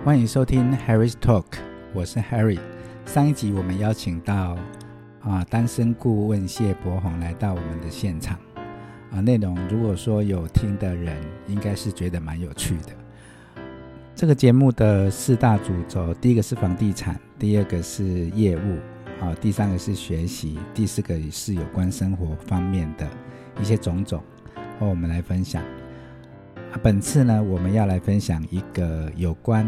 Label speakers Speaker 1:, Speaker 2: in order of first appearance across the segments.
Speaker 1: 欢迎收听 Harry's Talk， 我是 Harry。上一集我们邀请到单身顾问谢伯宏来到我们的现场内容如果说有听的人应该是觉得蛮有趣的。这个节目的4大主轴，第一个是房地产，第二个是业务第三个是学习，第四个是有关生活方面的一些种种我们来分享。本次呢，我们要来分享一个有关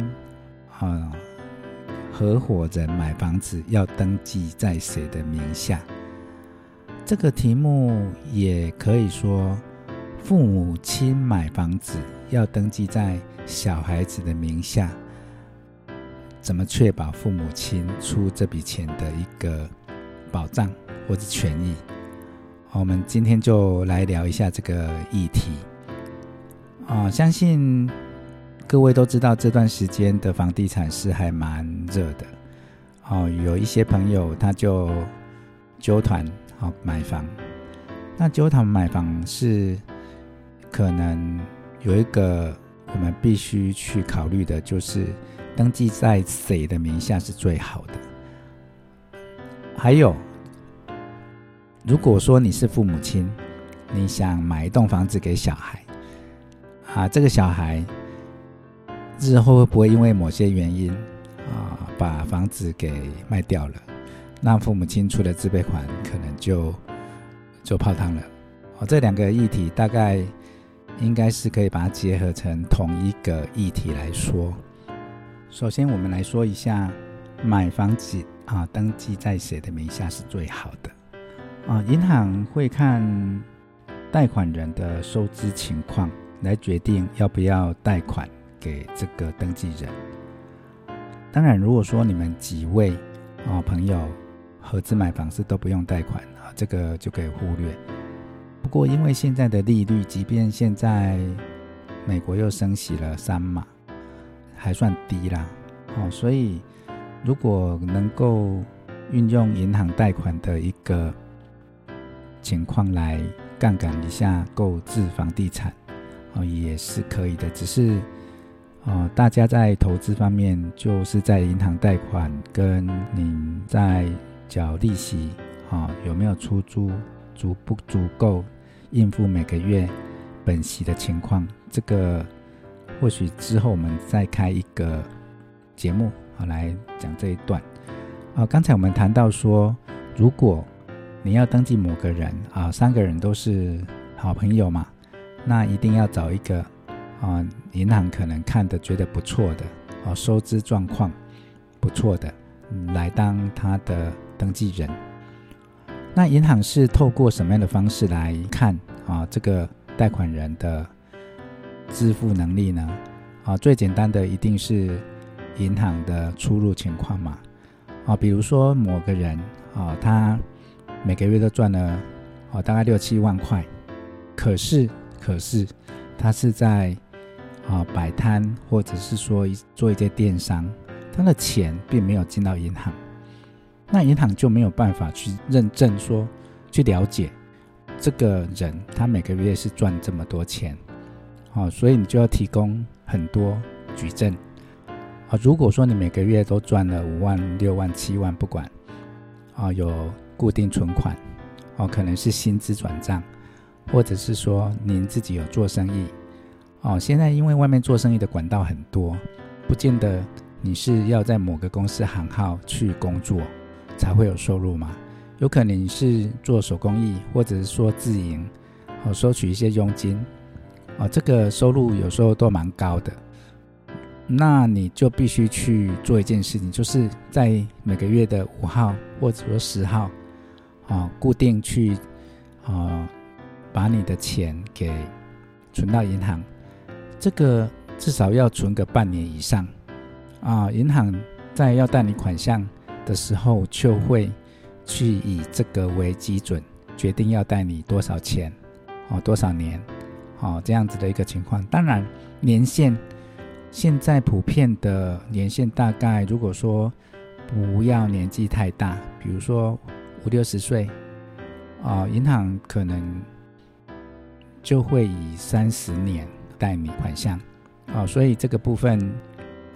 Speaker 1: 合伙人买房子要登记在谁的名下。这个题目也可以说，父母亲买房子要登记在小孩子的名下，怎么确保父母亲出这笔钱的一个保障或者权益。我们今天就来聊一下这个议题相信各位都知道这段时间的房地产是还蛮热的有一些朋友他就揪团买房。那揪团买房是可能有一个我们必须去考虑的，就是登记在谁的名下是最好的。还有如果说你是父母亲，你想买一栋房子给小孩这个小孩日后会不会因为某些原因把房子给卖掉了，那父母亲出的自备款可能就泡汤了这两个议题大概应该是可以把它结合成同一个议题来说。首先我们来说一下买房子登记在谁的名下是最好的银行会看贷款人的收支情况来决定要不要贷款给这个登记人。当然如果说你们几位朋友合资买房是都不用贷款这个就可以忽略。不过因为现在的利率，即便现在美国又升息了3码，还算低啦所以如果能够运用银行贷款的一个情况来杠杆一下购置房地产也是可以的。只是大家在投资方面，就是在银行贷款跟您在缴利息有没有出租足不足够应付每个月本息的情况，这个或许之后我们再开一个节目来讲这一段刚才我们谈到说，如果你要登记某个人3个人都是好朋友嘛，那一定要找一个银行可能看得觉得不错的收支状况不错的来当他的登记人。那银行是透过什么样的方式来看这个贷款人的支付能力呢最简单的一定是银行的出入情况嘛比如说某个人他每个月都赚了大概6-7万块，可是他是在摆摊或者是说做一些电商，他的钱并没有进到银行，那银行就没有办法去认证说去了解这个人他每个月是赚这么多钱所以你就要提供很多举证如果说你每个月都赚了5万、6万、7万不管有固定存款可能是薪资转账，或者是说您自己有做生意现在因为外面做生意的管道很多，不见得你是要在某个公司行号去工作才会有收入嘛，有可能你是做手工艺，或者是说自营收取一些佣金这个收入有时候都蛮高的。那你就必须去做一件事情，就是在每个月的5号或者说10号固定去把你的钱给存到银行，这个至少要存个半年以上银行在要贷你款项的时候，就会去以这个为基准决定要贷你多少钱多少年这样子的一个情况。当然年限现在普遍的年限大概如果说不要年纪太大，比如说50-60岁银行可能就会以30年贷你款项所以这个部分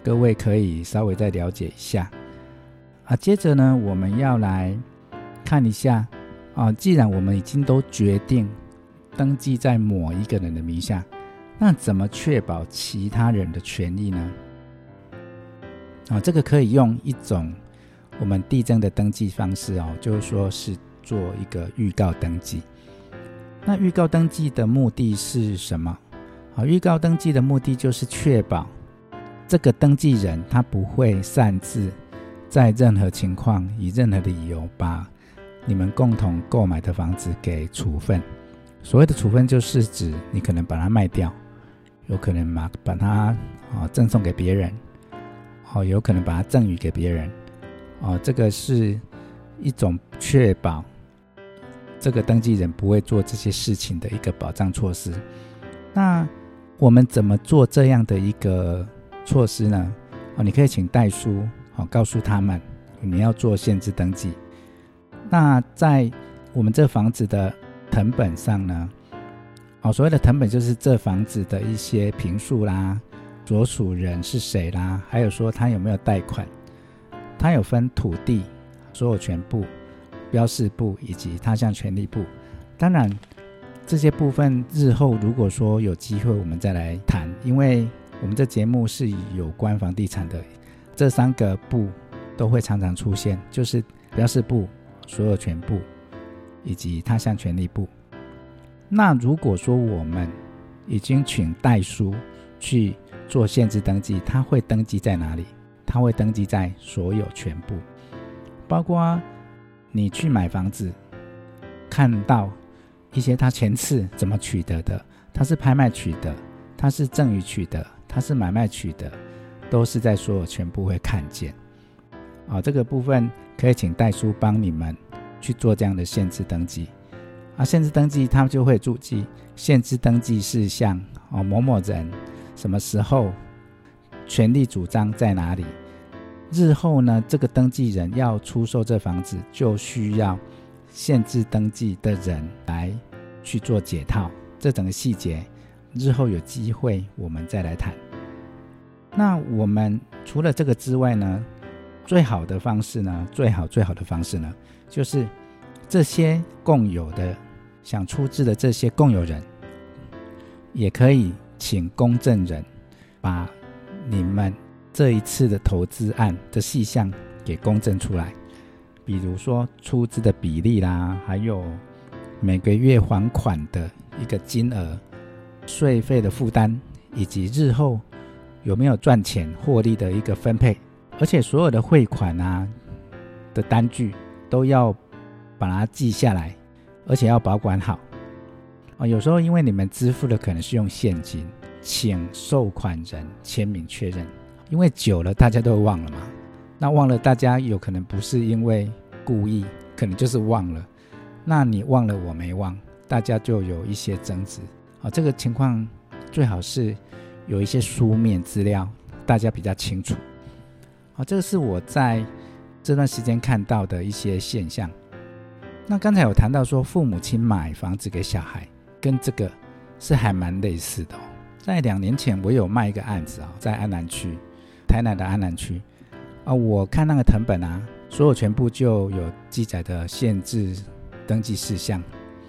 Speaker 1: 各位可以稍微再了解一下接着呢，我们要来看一下既然我们已经都决定登记在某一个人的名下，那怎么确保其他人的权利呢？这个可以用一种我们递增的登记方式就是说是做一个预告登记。那预告登记的目的是什么？预告登记的目的就是确保这个登记人他不会擅自在任何情况以任何理由把你们共同购买的房子给处分。所谓的处分就是指你可能把它卖掉，有可能把它赠送给别人，有可能把它赠与给别人，这个是一种确保这个登记人不会做这些事情的一个保障措施。那我们怎么做这样的一个措施呢？你可以请代书告诉他们你要做限制登记。那在我们这房子的誊本上呢，所谓的誊本就是这房子的一些坪数啦，所属人是谁啦，还有说他有没有贷款，他有分土地所有权部、标示部以及他项权利部。当然这些部分日后如果说有机会我们再来谈，因为我们这节目是有关房地产的，这3个部都会常常出现，就是标示部、所有权部以及他项权利部。那如果说我们已经请代书去做限制登记，他会登记在哪里？他会登记在所有权部，包括你去买房子看到一些他前次怎么取得的，他是拍卖取得，他是赠与取得，他是买卖取得，都是在所有权部会看见这个部分可以请代书帮你们去做这样的限制登记限制登记他就会注记限制登记事项某某人什么时候权利主张在哪里。日后呢，这个登记人要出售这房子，就需要限制登记的人来去做解套。这整个细节日后有机会我们再来谈。那我们除了这个之外呢，最好的方式呢，最好的方式呢，就是这些共有的想出资的这些共有人，也可以请公证人把你们这一次的投资案的细项给公证出来，比如说出资的比例啦，还有每个月还款的一个金额、税费的负担，以及日后有没有赚钱获利的一个分配。而且所有的汇款的单据都要把它记下来，而且要保管好有时候因为你们支付的可能是用现金，请受款人签名确认，因为久了大家都忘了嘛。那忘了，大家有可能不是因为故意，可能就是忘了。那你忘了我没忘，大家就有一些争执这个情况最好是有一些书面资料，大家比较清楚这个是我在这段时间看到的一些现象。那刚才有谈到说父母亲买房子给小孩，跟这个是还蛮类似的在2年前我有卖一个案子在安南区，台南的安南区我看那个誊本所有权部就有记载的限制登记事项，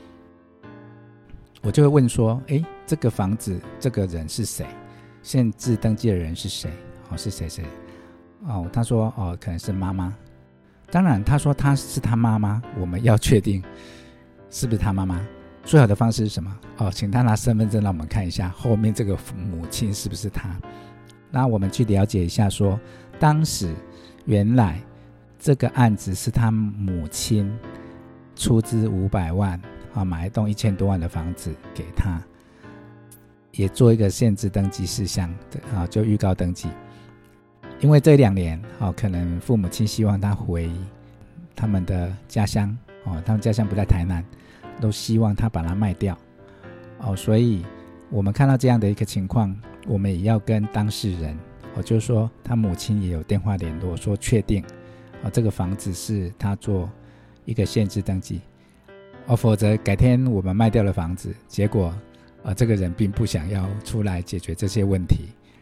Speaker 1: 我就会问说这个房子这个人是谁，限制登记的人是谁是谁谁他说可能是妈妈。当然他说他是他妈妈，我们要确定是不是他妈妈，最好的方式是什么请他拿身份证让我们看一下后面这个母亲是不是他。那我们去了解一下说当时原来这个案子是他母亲出资500万买一栋1000多万的房子给他，也做一个限制登记事项就预告登记。因为这2年可能父母亲希望他回他们的家乡他们家乡不在台南，都希望他把它卖掉所以我们看到这样的一个情况，我们也要跟当事人就是说他母亲也有电话联络，说确定这个房子是他做一个限制登记否则改天我们卖掉了房子，结果这个人并不想要出来解决这些问题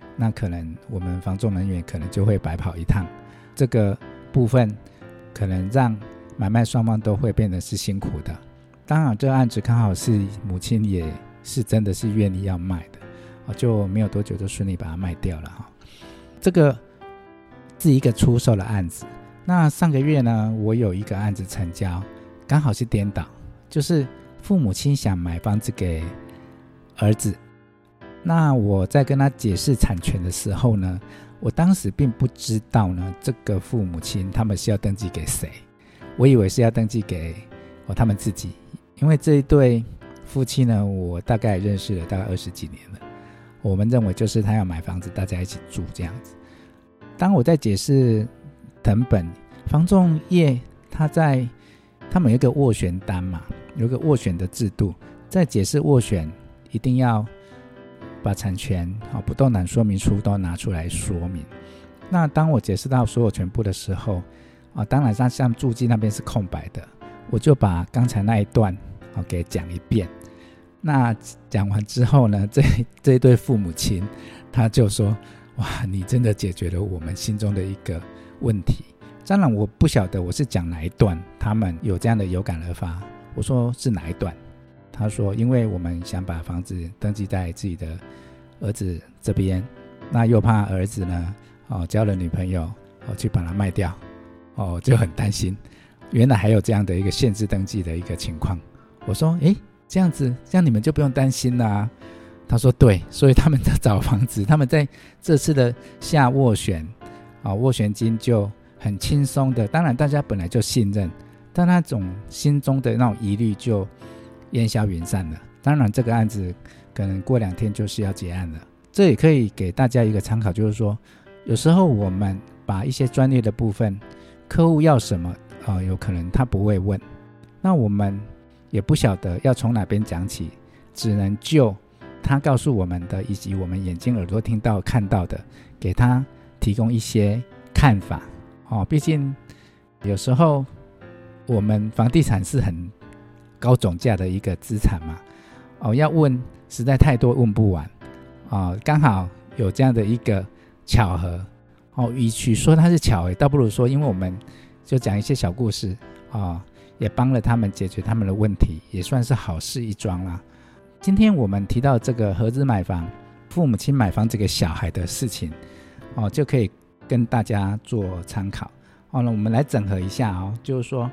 Speaker 1: 那可能我们房仲人员可能就会白跑一趟，这个部分可能让买卖双方都会变得是辛苦的。当然这个案子刚好是母亲也是真的是愿意要卖的，就没有多久就顺利把它卖掉了。这个是一个出售的案子。那上个月呢，我有一个案子成交，刚好是颠倒，就是父母亲想买房子给儿子，那我在跟他解释产权的时候呢，我当时并不知道呢，这个父母亲他们是要登记给谁，我以为是要登记给他们自己，因为这一对夫妻呢，我大概认识了大概20几年了，我们认为就是他要买房子，大家一起住这样子。当我在解释誊本，房仲业他们有一个斡旋单嘛，有一个斡旋的制度，在解释斡旋一定要把产权不动产说明书都拿出来说明。那当我解释到所有全部的时候，当然像注记那边是空白的，我就把刚才那一段给讲一遍。那讲完之后呢，这一对父母亲他就说，哇，你真的解决了我们心中的一个问题。当然我不晓得我是讲哪一段他们有这样的有感而发，我说是哪一段，他说因为我们想把房子登记在自己的儿子这边，那又怕儿子呢交了女朋友去把它卖掉，就很担心，原来还有这样的一个限制登记的一个情况。我说这样你们就不用担心啦。他说对，所以他们在找房子，他们在这次的下斡旋斡旋金就很轻松的，当然大家本来就信任，但那种心中的那种疑虑就烟消云散了。当然这个案子可能过2天就是要结案了。这也可以给大家一个参考，就是说有时候我们把一些专业的部分，客户要什么有可能他不会问，那我们也不晓得要从哪边讲起，只能就他告诉我们的以及我们眼睛耳朵听到看到的，给他提供一些看法毕竟有时候我们房地产是很高总价的一个资产嘛要问实在太多，问不完刚好有这样的一个巧合与其说它是巧合，倒不如说因为我们就讲一些小故事也帮了他们解决他们的问题，也算是好事一桩啦。今天我们提到这个合资买房，父母亲买房这个小孩的事情就可以跟大家做参考那我们来整合一下就是说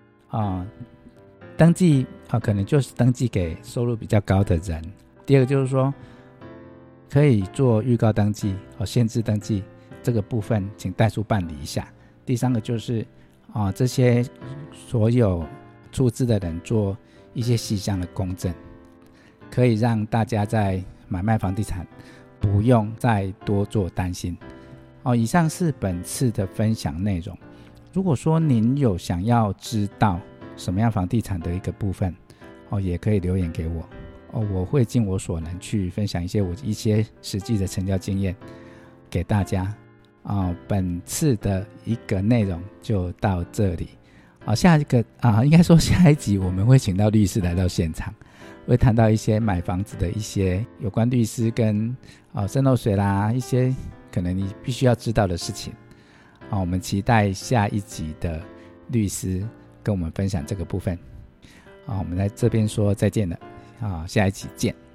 Speaker 1: 登记可能就是登记给收入比较高的人。第二个就是说可以做预告登记限制登记，这个部分请代书办理一下。第三个就是这些所有出资的人做一些细项的公证，可以让大家在买卖房地产不用再多做担心以上是本次的分享内容。如果说您有想要知道什么样房地产的一个部分也可以留言给我我会尽我所能去分享我一些实际的成交经验给大家本次的一个内容就到这里下一个应该说下一集我们会请到律师来到现场，会谈到一些买房子的一些有关律师跟渗漏水啦，一些可能你必须要知道的事情我们期待下一集的律师跟我们分享这个部分我们在这边说再见了下一集见。